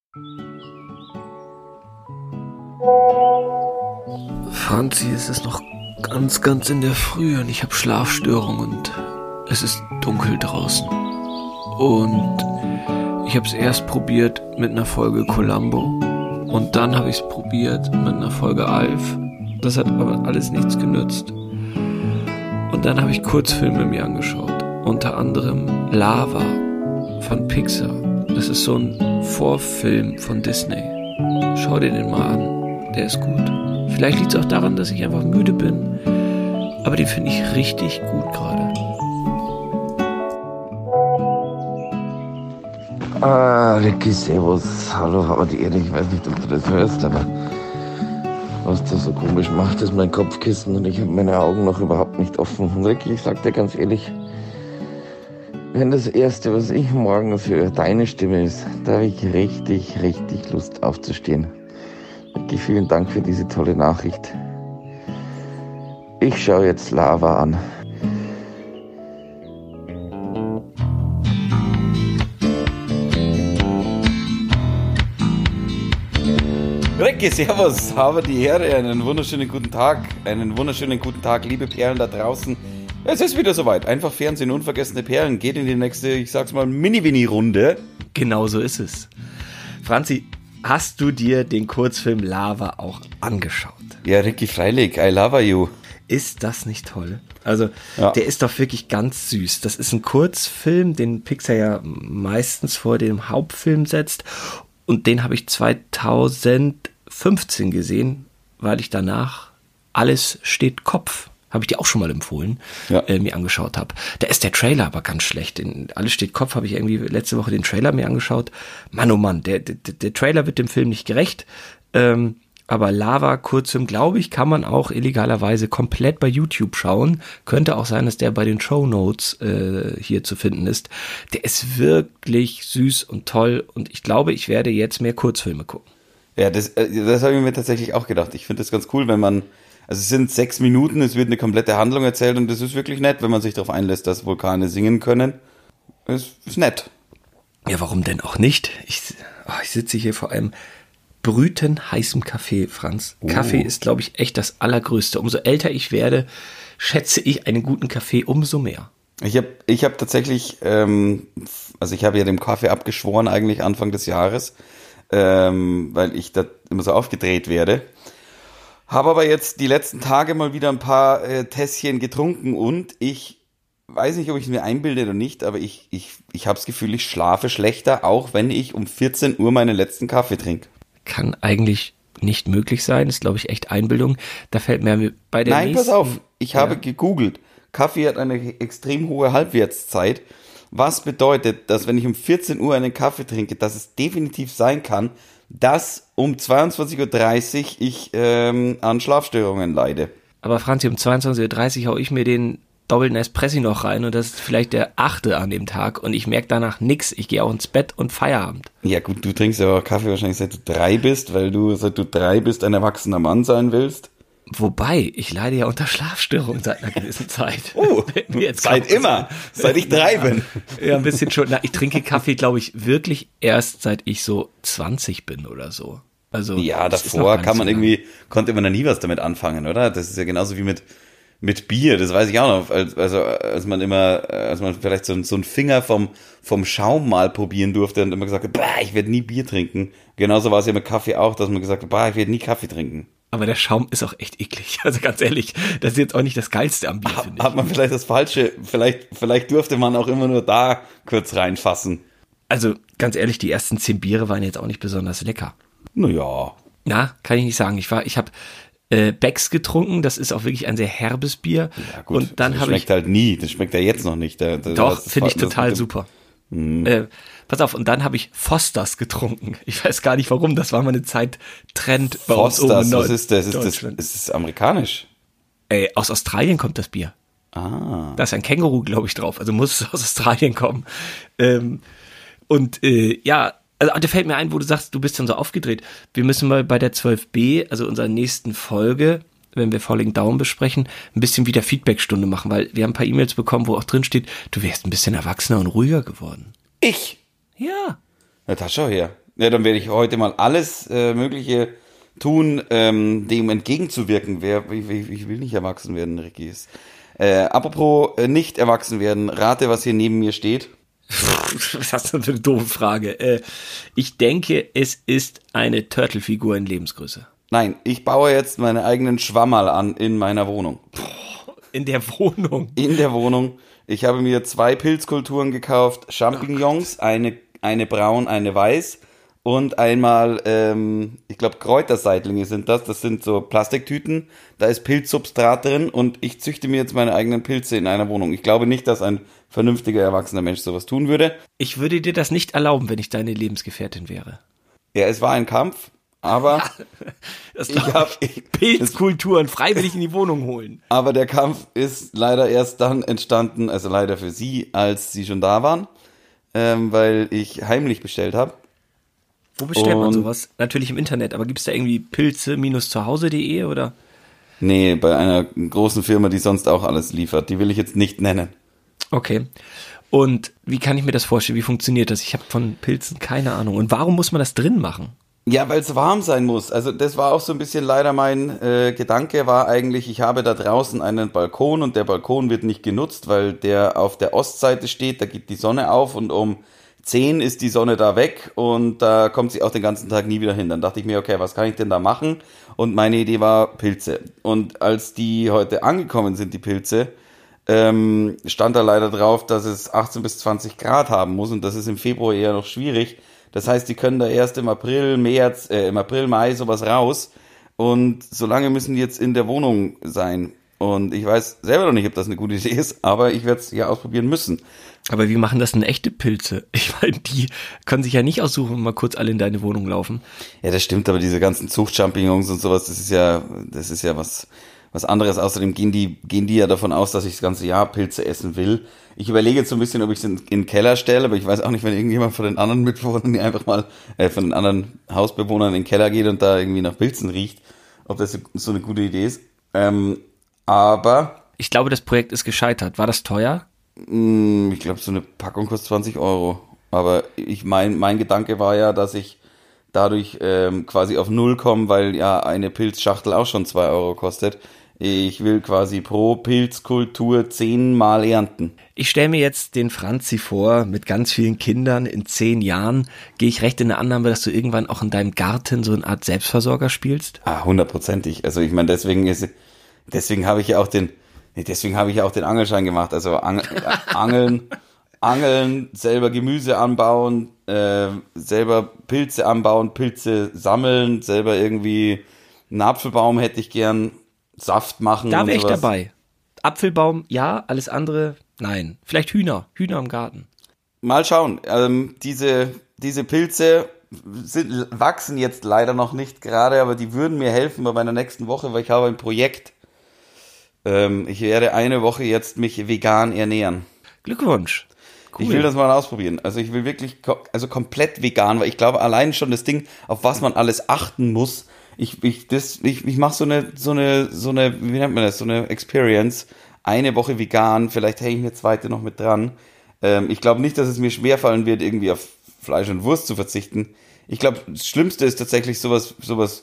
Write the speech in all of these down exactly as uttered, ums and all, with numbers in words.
Franzi, es ist noch ganz, ganz in der Früh und ich habe Schlafstörungen und es ist dunkel draußen. Und ich habe es erst probiert mit einer Folge Columbo und dann habe ich es probiert mit einer Folge Alf. Das hat aber alles nichts genützt. Und dann habe ich Kurzfilme mir angeschaut, unter anderem Lava von Pixar. Das ist so ein Vorfilm von Disney. Schau dir den mal an, der ist gut. Vielleicht liegt es auch daran, dass ich einfach müde bin, aber den finde ich richtig gut gerade. Ah, Ricky, servus. Hallo, aber die Erde, ich weiß nicht, ob du das hörst, aber was das so komisch macht, ist mein Kopfkissen und ich habe meine Augen noch überhaupt nicht offen. Und Ricky, ich sag dir ganz ehrlich, wenn das Erste, was ich morgens höre, deine Stimme ist, da habe ich richtig, richtig Lust aufzustehen. Ricky, vielen Dank für diese tolle Nachricht. Ich schaue jetzt Lava an. Ricky, servus, habe die Ehre, einen wunderschönen guten Tag, einen wunderschönen guten Tag, liebe Perlen da draußen. Es ist wieder soweit, einfach Fernsehen, unvergessene Perlen, geht in die nächste, ich sag's mal, Mini-Winnie-Runde. Genau so ist es. Franzi, hast du dir den Kurzfilm Lava auch angeschaut? Ja, Ricky, freilich, I love you. Ist das nicht toll? Also, ja. Der ist doch wirklich ganz süß. Das ist ein Kurzfilm, den Pixar ja meistens vor dem Hauptfilm setzt. Und den habe ich zweitausendfünfzehn gesehen, weil ich danach Alles steht Kopf, habe ich dir auch schon mal empfohlen, ja. äh, mir angeschaut habe. Da ist der Trailer aber ganz schlecht. In Alles steht Kopf habe ich irgendwie letzte Woche den Trailer mir angeschaut. Mann, oh Mann, der, der, der Trailer wird dem Film nicht gerecht. Ähm, aber Lava, Kurzfilm, glaube ich, kann man auch illegalerweise komplett bei YouTube schauen. Könnte auch sein, dass der bei den Shownotes äh, hier zu finden ist. Der ist wirklich süß und toll und ich glaube, ich werde jetzt mehr Kurzfilme gucken. Ja, das, das habe ich mir tatsächlich auch gedacht. Ich finde das ganz cool, wenn man, also es sind sechs Minuten, es wird eine komplette Handlung erzählt und das ist wirklich nett, wenn man sich darauf einlässt, dass Vulkane singen können. Das ist nett. Ja, warum denn auch nicht? Ich, oh, ich sitze hier vor einem brütend heißem Kaffee, Franz. Oh. Kaffee ist, glaube ich, echt das Allergrößte. Umso älter ich werde, schätze ich einen guten Kaffee umso mehr. Ich habe ich hab tatsächlich, ähm, also ich habe ja dem Kaffee abgeschworen eigentlich Anfang des Jahres, ähm, weil ich da immer so aufgedreht werde. Habe aber jetzt die letzten Tage mal wieder ein paar äh, Tässchen getrunken und ich weiß nicht, ob ich es mir einbilde oder nicht, aber ich, ich, ich habe das Gefühl, ich schlafe schlechter, auch wenn ich um vierzehn Uhr meinen letzten Kaffee trinke. Kann eigentlich nicht möglich sein, ist, glaube ich, echt Einbildung. Da fällt mir bei der Nein, nächsten... pass auf, ich ja. habe gegoogelt. Kaffee hat eine extrem hohe Halbwertszeit, was bedeutet, dass wenn ich um vierzehn Uhr einen Kaffee trinke, dass es definitiv sein kann, dass um zweiundzwanzig Uhr dreißig ich ähm, an Schlafstörungen leide. Aber Franzi, um zweiundzwanzig Uhr dreißig hau ich mir den doppelten Espresso noch rein und das ist vielleicht der achte an dem Tag und ich merke danach nix. Ich gehe auch ins Bett und Feierabend. Ja gut, du trinkst aber Kaffee wahrscheinlich seit du drei bist, weil du seit du drei bist ein erwachsener Mann sein willst. Wobei, ich leide ja unter Schlafstörungen seit einer gewissen Zeit. Oh, jetzt seit immer, seit ich drei bin. Ja, ein bisschen schon. Na, ich trinke Kaffee, glaube ich, wirklich erst seit ich so zwanzig bin oder so. Also ja, davor kann man irgendwie, konnte man da nie was damit anfangen, oder? Das ist ja genauso wie mit mit Bier, das weiß ich auch noch. Also als man immer, als man vielleicht so, so einen Finger vom vom Schaum mal probieren durfte und immer gesagt hat, bah, ich werde nie Bier trinken. Genauso war es ja mit Kaffee auch, dass man gesagt hat, bah, ich werde nie Kaffee trinken. Aber der Schaum ist auch echt eklig. Also ganz ehrlich, das ist jetzt auch nicht das Geilste am Bier, finde ich. Hat man vielleicht das Falsche, vielleicht, vielleicht durfte man auch immer nur da kurz reinfassen. Also ganz ehrlich, die ersten zehn Biere waren jetzt auch nicht besonders lecker. Naja. Na, kann ich nicht sagen. Ich war, ich habe äh, Becks getrunken, das ist auch wirklich ein sehr herbes Bier. Ja gut, und dann das habe ich schmeckt halt nie, das schmeckt ja jetzt noch nicht. Der, der, doch, finde ich total super. Mhm. Äh, pass auf, und dann habe ich Fosters getrunken. Ich weiß gar nicht warum, das war mal eine Zeit Trend bei Fosters, uns oben in was ist das? Ist das, Deutschland. ist das amerikanisch? Äh, aus Australien kommt das Bier. Ah. Da ist ein Känguru, glaube ich, drauf. Also muss es aus Australien kommen. Ähm, und äh, ja, also da fällt mir ein, wo du sagst, du bist dann so aufgedreht. Wir müssen mal bei der zwölf b, also unserer nächsten Folge, wenn wir Falling Down besprechen, ein bisschen wieder Feedbackstunde machen, weil wir haben ein paar E-Mails bekommen, wo auch drin steht, du wärst ein bisschen erwachsener und ruhiger geworden. Ich? Ja. Na, da schau her. Ja, dann werde ich heute mal alles äh, Mögliche tun, ähm, dem entgegenzuwirken. Wer, ich, ich will nicht erwachsen werden, Ricky. Äh, apropos äh, nicht erwachsen werden, rate, was hier neben mir steht. Was hast du für eine doofe Frage? Äh, ich denke, es ist eine Turtle-Figur in Lebensgröße. Nein, ich baue jetzt meine eigenen Schwammerl an in meiner Wohnung. In der Wohnung? In der Wohnung. Ich habe mir zwei Pilzkulturen gekauft, Champignons, oh eine, eine braun, eine weiß und einmal, ähm, ich glaube Kräuterseitlinge sind das, das sind so Plastiktüten, da ist Pilzsubstrat drin und ich züchte mir jetzt meine eigenen Pilze in einer Wohnung. Ich glaube nicht, dass ein vernünftiger, erwachsener Mensch sowas tun würde. Ich würde dir das nicht erlauben, wenn ich deine Lebensgefährtin wäre. Ja, es war ein Kampf, aber das ich habe Pilzkulturen freiwillig in die Wohnung holen. Aber der Kampf ist leider erst dann entstanden, also leider für sie, als sie schon da waren, ähm, weil ich heimlich bestellt habe. Wo bestellt und man sowas? Natürlich im Internet, aber gibt es da irgendwie pilze zu hause punkt de oder? Nee, bei einer großen Firma, die sonst auch alles liefert. Die will ich jetzt nicht nennen. Okay. Und wie kann ich mir das vorstellen? Wie funktioniert das? Ich habe von Pilzen keine Ahnung. Und warum muss man das drin machen? Ja, weil es warm sein muss. Also das war auch so ein bisschen leider mein äh, Gedanke, war eigentlich, ich habe da draußen einen Balkon und der Balkon wird nicht genutzt, weil der auf der Ostseite steht, da geht die Sonne auf und um zehn ist die Sonne da weg und da kommt sie auch den ganzen Tag nie wieder hin. Dann dachte ich mir, okay, was kann ich denn da machen? Und meine Idee war Pilze. Und als die heute angekommen sind, die Pilze, ähm, stand da leider drauf, dass es achtzehn bis zwanzig Grad haben muss und das ist im Februar eher noch schwierig. Das heißt, die können da erst im April, März, äh, im April, Mai sowas raus und so lange müssen die jetzt in der Wohnung sein. Und ich weiß selber noch nicht, ob das eine gute Idee ist, aber ich werde es ja ausprobieren müssen. Aber wie machen das denn echte Pilze? Ich meine, die können sich ja nicht aussuchen und mal kurz alle in deine Wohnung laufen. Ja, das stimmt, aber diese ganzen Zuchtchampignons und sowas, das ist ja, das ist ja was, was anderes. Außerdem gehen die, gehen die ja davon aus, dass ich das ganze Jahr Pilze essen will. Ich überlege jetzt so ein bisschen, ob ich es in, in den Keller stelle, aber ich weiß auch nicht, wenn irgendjemand von den anderen Mitbewohnern einfach mal, äh, von den anderen Hausbewohnern in den Keller geht und da irgendwie nach Pilzen riecht, ob das so eine gute Idee ist. Ähm, aber ich glaube, das Projekt ist gescheitert. War das teuer? Ich glaube, so eine Packung kostet zwanzig Euro. Aber ich mein, mein Gedanke war ja, dass ich dadurch ähm, quasi auf Null komme, weil ja eine Pilzschachtel auch schon zwei Euro kostet. Ich will quasi pro Pilzkultur zehnmal ernten. Ich stelle mir jetzt den Franzi vor, mit ganz vielen Kindern in zehn Jahren. Gehe ich recht in der Annahme, dass du irgendwann auch in deinem Garten so eine Art Selbstversorger spielst? Ah, hundertprozentig. Also ich meine, deswegen ist, deswegen habe ich ja auch den Deswegen habe ich ja auch den Angelschein gemacht, also Ang- Angeln, Angeln, selber Gemüse anbauen, äh, selber Pilze anbauen, Pilze sammeln, selber irgendwie einen Apfelbaum hätte ich gern, Saft machen. Da wäre ich dabei. Apfelbaum, ja, alles andere, nein. Vielleicht Hühner, Hühner im Garten. Mal schauen, ähm, diese, diese Pilze sind, wachsen jetzt leider noch nicht gerade, aber die würden mir helfen bei meiner nächsten Woche, weil ich habe ein Projekt. Ich werde eine Woche jetzt mich vegan ernähren. Glückwunsch. Cool. Ich will das mal ausprobieren. Also ich will wirklich, also komplett vegan, weil ich glaube, allein schon das Ding, auf was man alles achten muss. Ich, ich, das, ich, ich mache so eine, so eine, so eine, wie nennt man das, so eine Experience. Eine Woche vegan, vielleicht hänge ich eine zweite noch mit dran. Ähm, ich glaube nicht, dass es mir schwerfallen wird, irgendwie auf Fleisch und Wurst zu verzichten. Ich glaube, das Schlimmste ist tatsächlich sowas, sowas,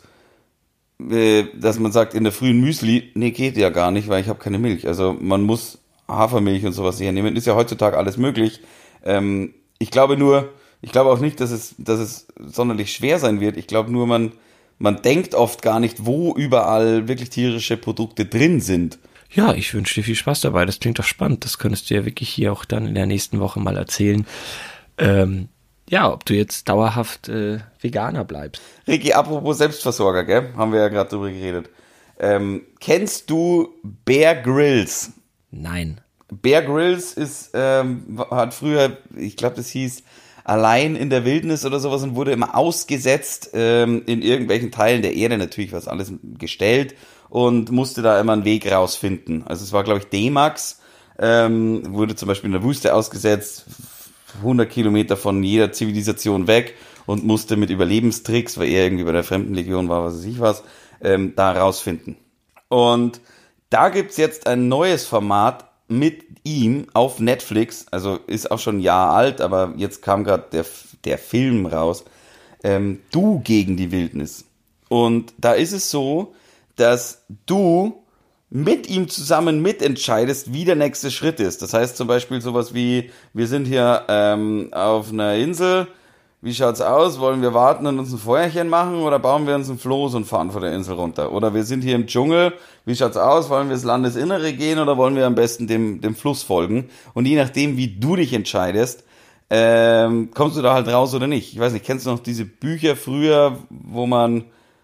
dass man sagt, in der frühen Müsli, nee, geht ja gar nicht, weil ich habe keine Milch. Also man muss Hafermilch und sowas hernehmen. Ist ja heutzutage alles möglich. Ähm, ich glaube nur, ich glaube auch nicht, dass es, dass es sonderlich schwer sein wird. Ich glaube nur, man, man denkt oft gar nicht, wo überall wirklich tierische Produkte drin sind. Ja, ich wünsche dir viel Spaß dabei. Das klingt doch spannend. Das könntest du ja wirklich hier auch dann in der nächsten Woche mal erzählen. Ähm, Ja, ob du jetzt dauerhaft äh, Veganer bleibst. Ricky, apropos Selbstversorger, gell? Haben wir ja gerade drüber geredet. Ähm, kennst du Bear Grylls? Nein. Bear Grylls ist, ähm, hat früher, ich glaube, das hieß Allein in der Wildnis oder sowas und wurde immer ausgesetzt ähm, in irgendwelchen Teilen der Erde. Natürlich war es alles gestellt und musste da immer einen Weg rausfinden. Also es war, glaube ich, D-Max, ähm, wurde zum Beispiel in der Wüste ausgesetzt, hundert Kilometer von jeder Zivilisation weg und musste mit Überlebenstricks, weil er irgendwie bei der Fremdenlegion war, was weiß ich was, ähm, da rausfinden. Und da gibt's jetzt ein neues Format mit ihm auf Netflix, also ist auch schon ein Jahr alt, aber jetzt kam gerade der, der Film raus. ähm, du gegen die Wildnis. Und da ist es so, dass du mit ihm zusammen mitentscheidest, wie der nächste Schritt ist. Das heißt zum Beispiel sowas wie, wir sind hier ähm, auf einer Insel, wie schaut's aus? Wollen wir warten und uns ein Feuerchen machen oder bauen wir uns ein Floß und fahren von der Insel runter? Oder wir sind hier im Dschungel, wie schaut's aus? Wollen wir ins Landesinnere gehen oder wollen wir am besten dem, dem Fluss folgen? Und je nachdem, wie du dich entscheidest, ähm, kommst du da halt raus oder nicht. Ich weiß nicht, kennst du noch diese Bücher früher, wo man,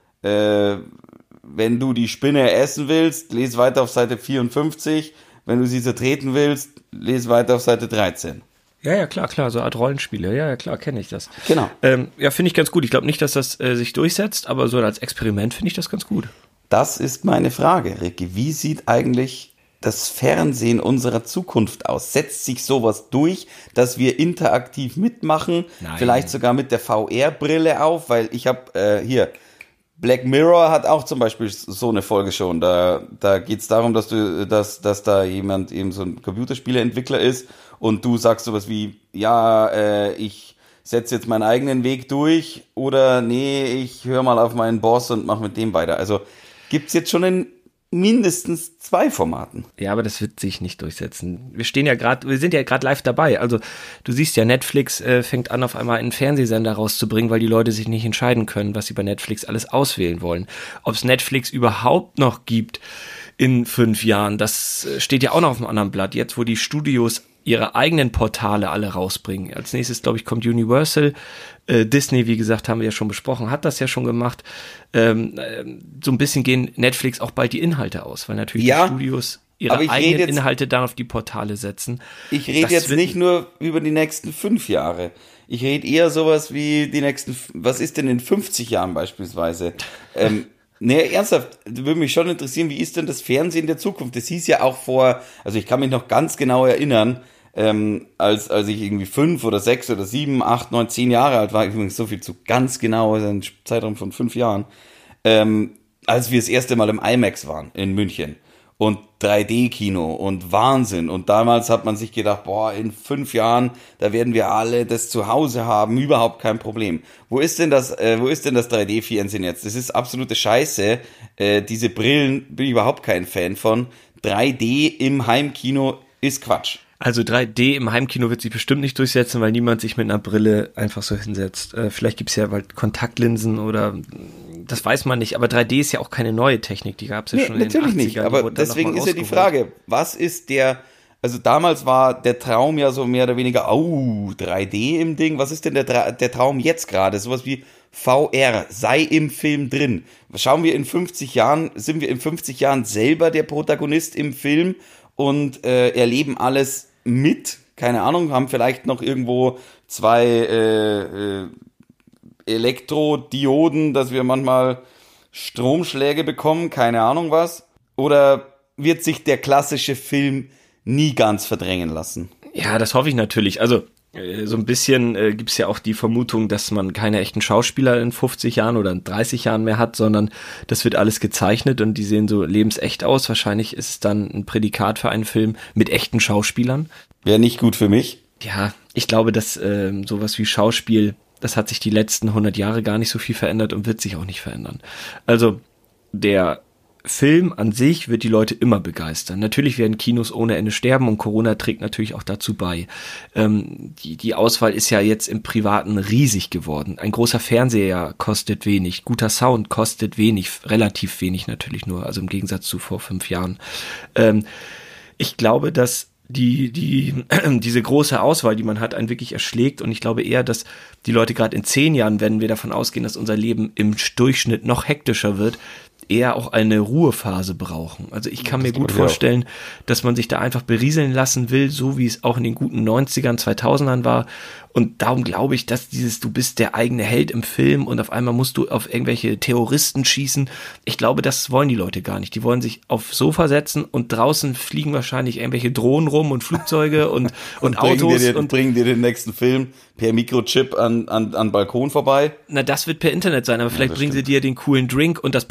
äh, wenn du die Spinne essen willst, lese weiter auf Seite vierundfünfzig, wenn du sie zertreten willst, lese weiter auf Seite dreizehn. Ja, ja, klar, klar, so eine Art Rollenspiele. Ja, ja, klar, kenne ich das. Genau. Ähm, ja, finde ich ganz gut. Ich glaube nicht, dass das äh, sich durchsetzt, aber so als Experiment finde ich das ganz gut. Das ist meine Frage, Ricky. Wie sieht eigentlich das Fernsehen unserer Zukunft aus? Setzt sich sowas durch, dass wir interaktiv mitmachen? Nein. Vielleicht sogar mit der V R-Brille auf? Weil ich habe äh, hier... Black Mirror hat auch zum Beispiel so eine Folge schon. Da, da geht es darum, dass du, dass, dass da jemand eben so ein Computerspieleentwickler ist und du sagst sowas wie, ja, äh, ich setze jetzt meinen eigenen Weg durch oder nee, ich höre mal auf meinen Boss und mache mit dem weiter. Also gibt's jetzt schon in mindestens zwei Formaten. Ja, aber das wird sich nicht durchsetzen. Wir stehen ja gerade, wir sind ja gerade live dabei. Also du siehst ja, Netflix äh, fängt an, auf einmal einen Fernsehsender rauszubringen, weil die Leute sich nicht entscheiden können, was sie bei Netflix alles auswählen wollen. Ob es Netflix überhaupt noch gibt in fünf Jahren, das steht ja auch noch auf einem anderen Blatt. Jetzt, wo die Studios ihre eigenen Portale alle rausbringen. Als nächstes, glaube ich, kommt Universal. Äh, Disney, wie gesagt, haben wir ja schon besprochen, hat das ja schon gemacht. Ähm, äh, so ein bisschen gehen Netflix auch bald die Inhalte aus, weil natürlich ja, die Studios ihre eigenen jetzt, Inhalte dann auf die Portale setzen. Ich rede jetzt nicht nur über die nächsten fünf Jahre. Ich rede eher sowas wie die nächsten, was ist denn in fünfzig Jahren beispielsweise? ähm, Nee, ernsthaft, würde mich schon interessieren, wie ist denn das Fernsehen der Zukunft? Das hieß ja auch vor, also ich kann mich noch ganz genau erinnern, ähm, als als ich irgendwie fünf oder sechs oder sieben, acht, neun, zehn Jahre alt war, übrigens so viel zu ganz genau, also ein Zeitraum von fünf Jahren, ähm, als wir das erste Mal im IMAX waren in München und drei D-Kino und Wahnsinn. Und damals hat man sich gedacht, boah, in fünf Jahren, da werden wir alle das zu Hause haben, überhaupt kein Problem. Wo ist denn das, äh, wo ist denn das drei D-Fernsehen jetzt? Das ist absolute Scheiße. Äh, diese Brillen bin ich überhaupt kein Fan von. drei D im Heimkino ist Quatsch. Also drei D im Heimkino wird sich bestimmt nicht durchsetzen, weil niemand sich mit einer Brille einfach so hinsetzt. Äh, vielleicht gibt's ja bald Kontaktlinsen oder das weiß man nicht, aber drei D ist ja auch keine neue Technik, die gab's ja nee, schon in den achtzigern. Natürlich nicht, aber deswegen ist ja die Frage, was ist der, also damals war der Traum ja so mehr oder weniger, oh, drei D im Ding, was ist denn der, der Traum jetzt gerade? Sowas wie V R, sei im Film drin. Schauen wir in fünfzig Jahren, sind wir in fünfzig Jahren selber der Protagonist im Film und äh, erleben alles mit, keine Ahnung, haben vielleicht noch irgendwo zwei äh, äh, Elektrodioden, dass wir manchmal Stromschläge bekommen, keine Ahnung was. Oder wird sich der klassische Film nie ganz verdrängen lassen? Ja, das hoffe ich natürlich. Also äh, so ein bisschen äh, gibt's ja auch die Vermutung, dass man keine echten Schauspieler in fünfzig Jahren oder in dreißig Jahren mehr hat, sondern das wird alles gezeichnet und die sehen so lebensecht aus. Wahrscheinlich ist es dann ein Prädikat für einen Film mit echten Schauspielern. Wäre nicht gut für mich. Ja, ich glaube, dass äh, sowas wie Schauspiel, das hat sich die letzten hundert Jahre gar nicht so viel verändert und wird sich auch nicht verändern. Also der Film an sich wird die Leute immer begeistern. Natürlich werden Kinos ohne Ende sterben und Corona trägt natürlich auch dazu bei. Ähm, die, die Auswahl ist ja jetzt im Privaten riesig geworden. Ein großer Fernseher kostet wenig, guter Sound kostet wenig, relativ wenig natürlich nur, also im Gegensatz zu vor fünf Jahren. Ähm, ich glaube, dass die die diese große Auswahl, die man hat, einen wirklich erschlägt und ich glaube eher, dass die Leute gerade in zehn Jahren, wenn wir davon ausgehen, dass unser Leben im Durchschnitt noch hektischer wird, eher auch eine Ruhephase brauchen. Also ich kann mir gut vorstellen, dass man sich da einfach berieseln lassen will, so wie es auch in den guten neunzigern, zweitausendern war. Und darum glaube ich, dass dieses, du bist der eigene Held im Film und auf einmal musst du auf irgendwelche Terroristen schießen. Ich glaube, das wollen die Leute gar nicht. Die wollen sich aufs Sofa setzen und draußen fliegen wahrscheinlich irgendwelche Drohnen rum und Flugzeuge und, und, und Autos. Dir, und bringen dir den nächsten Film per Mikrochip an, an, an Balkon vorbei. Na, das wird per Internet sein, aber vielleicht ja, bringen stimmt. sie dir den coolen Drink und das Popcorn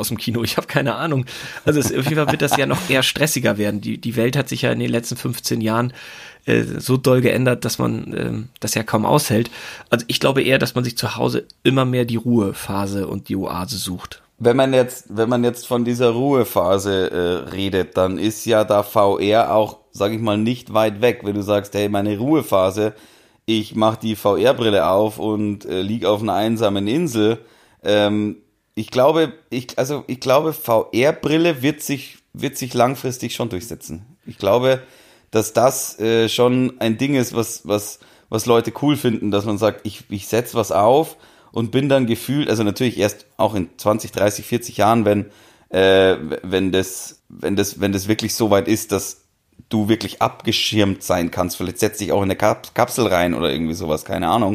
aus dem Kino. Ich habe keine Ahnung. Also es, auf jeden Fall wird das ja noch eher stressiger werden. Die, die Welt hat sich ja in den letzten fünfzehn Jahren äh, so doll geändert, dass man äh, das ja kaum aushält. Also ich glaube eher, dass man sich zu Hause immer mehr die Ruhephase und die Oase sucht. Wenn man jetzt, wenn man jetzt von dieser Ruhephase äh, redet, dann ist ja da V R auch, sag ich mal, nicht weit weg. Wenn du sagst, hey, meine Ruhephase, ich mach die V R-Brille auf und äh, lieg auf einer einsamen Insel. Ähm, ich glaube, ich, also ich glaube, V R-Brille wird sich, wird sich langfristig schon durchsetzen. Ich glaube, dass das äh, schon ein Ding ist, was, was, was Leute cool finden, dass man sagt, ich, ich setz was auf und bin dann gefühlt, also natürlich erst auch in zwanzig, dreißig, vierzig Jahren, wenn, äh, wenn das, wenn das, wenn das wirklich so weit ist, dass du wirklich abgeschirmt sein kannst. Vielleicht setzt dich auch in eine Kap- Kapsel rein oder irgendwie sowas, keine Ahnung.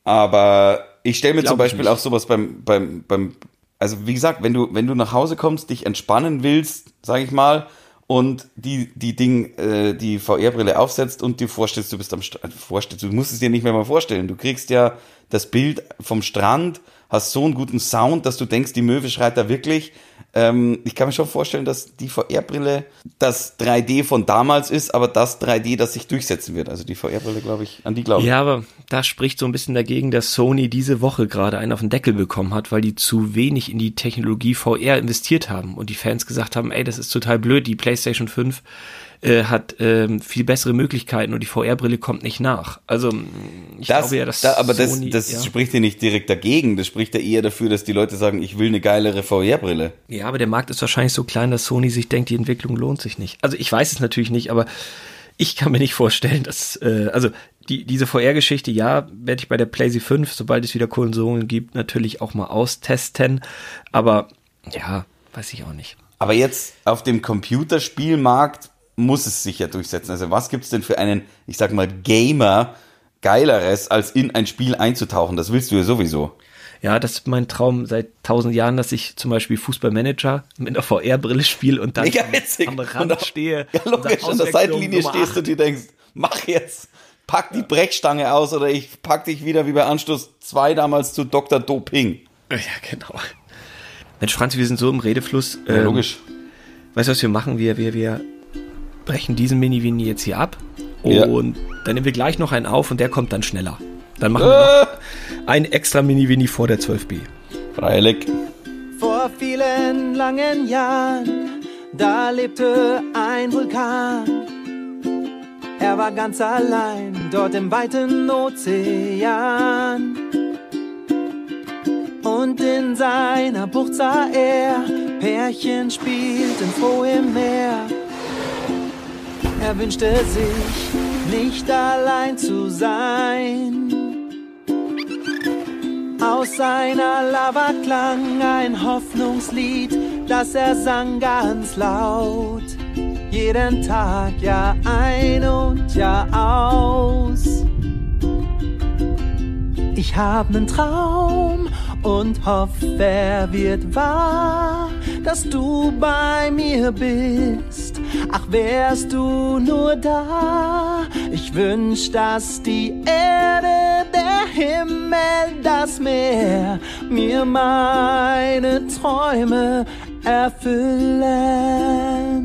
Aber ich stelle mir Glaub zum Beispiel auch sowas beim, beim, beim, also wie gesagt, wenn du, wenn du nach Hause kommst, dich entspannen willst, sag ich mal, und die, die Ding, äh, die V R-Brille aufsetzt und dir vorstellst, du bist am Strand, vorstellst, du musst es dir nicht mehr mal vorstellen. Du kriegst ja das Bild vom Strand, hast so einen guten Sound, dass du denkst, die Möwe schreit da wirklich. Ähm, ich kann mir schon vorstellen, dass die V R-Brille das drei D von damals ist, aber das drei D, das sich durchsetzen wird. Also die V R-Brille, glaube ich, an die glaube ich. Ja, aber da spricht so ein bisschen dagegen, dass Sony diese Woche gerade einen auf den Deckel bekommen hat, weil die zu wenig in die Technologie V R investiert haben und die Fans gesagt haben, ey, das ist total blöd, die PlayStation fünf äh, hat ähm, viel bessere Möglichkeiten und die V R-Brille kommt nicht nach. Also ich das, glaube ja, dass da, aber Sony, das, das ja. spricht ja nicht direkt dagegen, das spricht ja eher dafür, dass die Leute sagen, ich will eine geilere V R-Brille. Ja, aber der Markt ist wahrscheinlich so klein, dass Sony sich denkt, die Entwicklung lohnt sich nicht. Also ich weiß es natürlich nicht, aber ich kann mir nicht vorstellen, dass, äh, also die diese V R-Geschichte, ja, werde ich bei der PlayStation fünf, sobald es wieder Konsolen gibt, natürlich auch mal austesten, aber ja, weiß ich auch nicht. Aber jetzt auf dem Computerspielmarkt muss es sich ja durchsetzen. Also was gibt's denn für einen, ich sag mal, Gamer Geileres, als in ein Spiel einzutauchen? Das willst du ja sowieso. Ja, das ist mein Traum seit tausend Jahren, dass ich zum Beispiel Fußballmanager mit einer V R-Brille spiele und dann Mega am, witzig. am Rand und stehe. Ja, logisch, an der Seitenlinie Nummer stehst acht. und dir denkst, mach jetzt, pack die Brechstange aus oder ich pack dich wieder wie bei Anstoß zwei damals zu Doktor Doping. Ja, genau. Mensch, Franz, wir sind so im Redefluss. Ja, ähm, logisch. Weißt du, was wir machen? Wir, wir, wir brechen diesen Mini-Vini jetzt hier ab und Ja. dann nehmen wir gleich noch einen auf und der kommt dann schneller. Dann machen wir noch ein extra Mini-Vini vor der zwölf B. Freilich. Vor vielen langen Jahren, da lebte ein Vulkan. Er war ganz allein dort im weiten Ozean. Und in seiner Bucht sah er, Pärchen spielten froh im Meer. Er wünschte sich, nicht allein zu sein. Aus seiner Lava klang ein Hoffnungslied, das er sang ganz laut. Jeden Tag, Jahr ein und Jahr aus. Ich hab nen Traum und hoffe, er wird wahr, dass du bei mir bist. Ach, wärst du nur da. Ich wünsch, dass die Erde, der Himmel, das Meer mir meine Träume erfüllen.